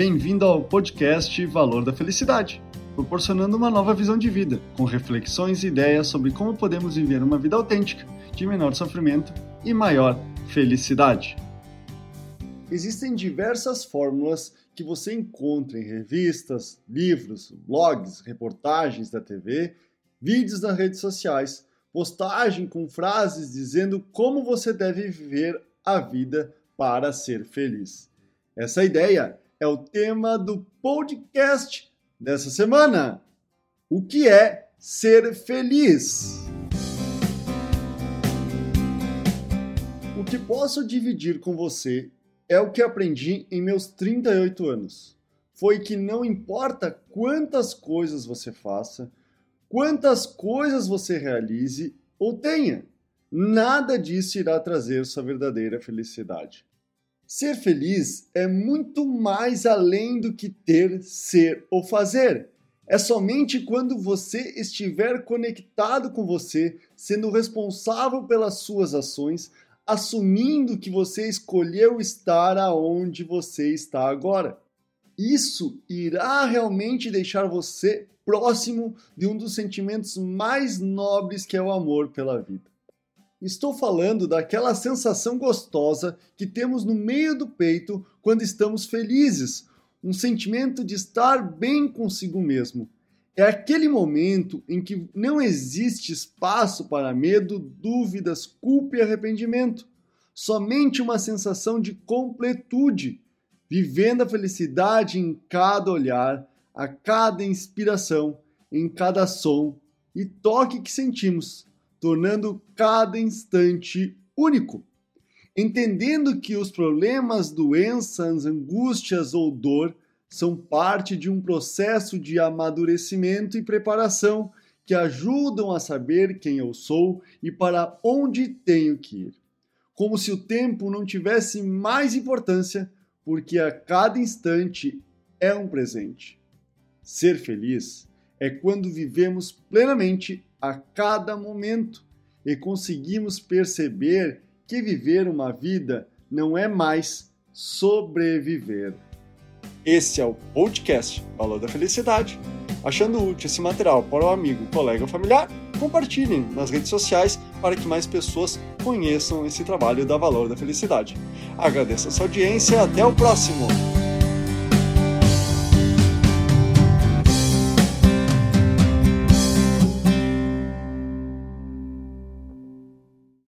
Bem-vindo ao podcast Valor da Felicidade, proporcionando uma nova visão de vida, com reflexões e ideias sobre como podemos viver uma vida autêntica, de menor sofrimento e maior felicidade. Existem diversas fórmulas que você encontra em revistas, livros, blogs, reportagens da TV, vídeos nas redes sociais, postagem com frases dizendo como você deve viver a vida para ser feliz. Essa ideia é o tema do podcast dessa semana. O que é ser feliz? O que posso dividir com você é o que aprendi em meus 38 anos. Foi que não importa quantas coisas você faça, quantas coisas você realize ou tenha, nada disso irá trazer sua verdadeira felicidade. Ser feliz é muito mais além do que ter, ser ou fazer. É somente quando você estiver conectado com você, sendo responsável pelas suas ações, assumindo que você escolheu estar aonde você está agora. Isso irá realmente deixar você próximo de um dos sentimentos mais nobres, que é o amor pela vida. Estou falando daquela sensação gostosa que temos no meio do peito quando estamos felizes, um sentimento de estar bem consigo mesmo. É aquele momento em que não existe espaço para medo, dúvidas, culpa e arrependimento. Somente uma sensação de completude, vivendo a felicidade em cada olhar, a cada inspiração, em cada som e toque que sentimos, tornando cada instante único. Entendendo que os problemas, doenças, angústias ou dor são parte de um processo de amadurecimento e preparação que ajudam a saber quem eu sou e para onde tenho que ir. Como se o tempo não tivesse mais importância, porque a cada instante é um presente. Ser feliz é quando vivemos plenamente a cada momento e conseguimos perceber que viver uma vida não é mais sobreviver. Esse é o podcast Valor da Felicidade. Achando útil esse material para o amigo, colega ou familiar, compartilhem nas redes sociais para que mais pessoas conheçam esse trabalho da Valor da Felicidade. Agradeço a sua audiência e até o próximo!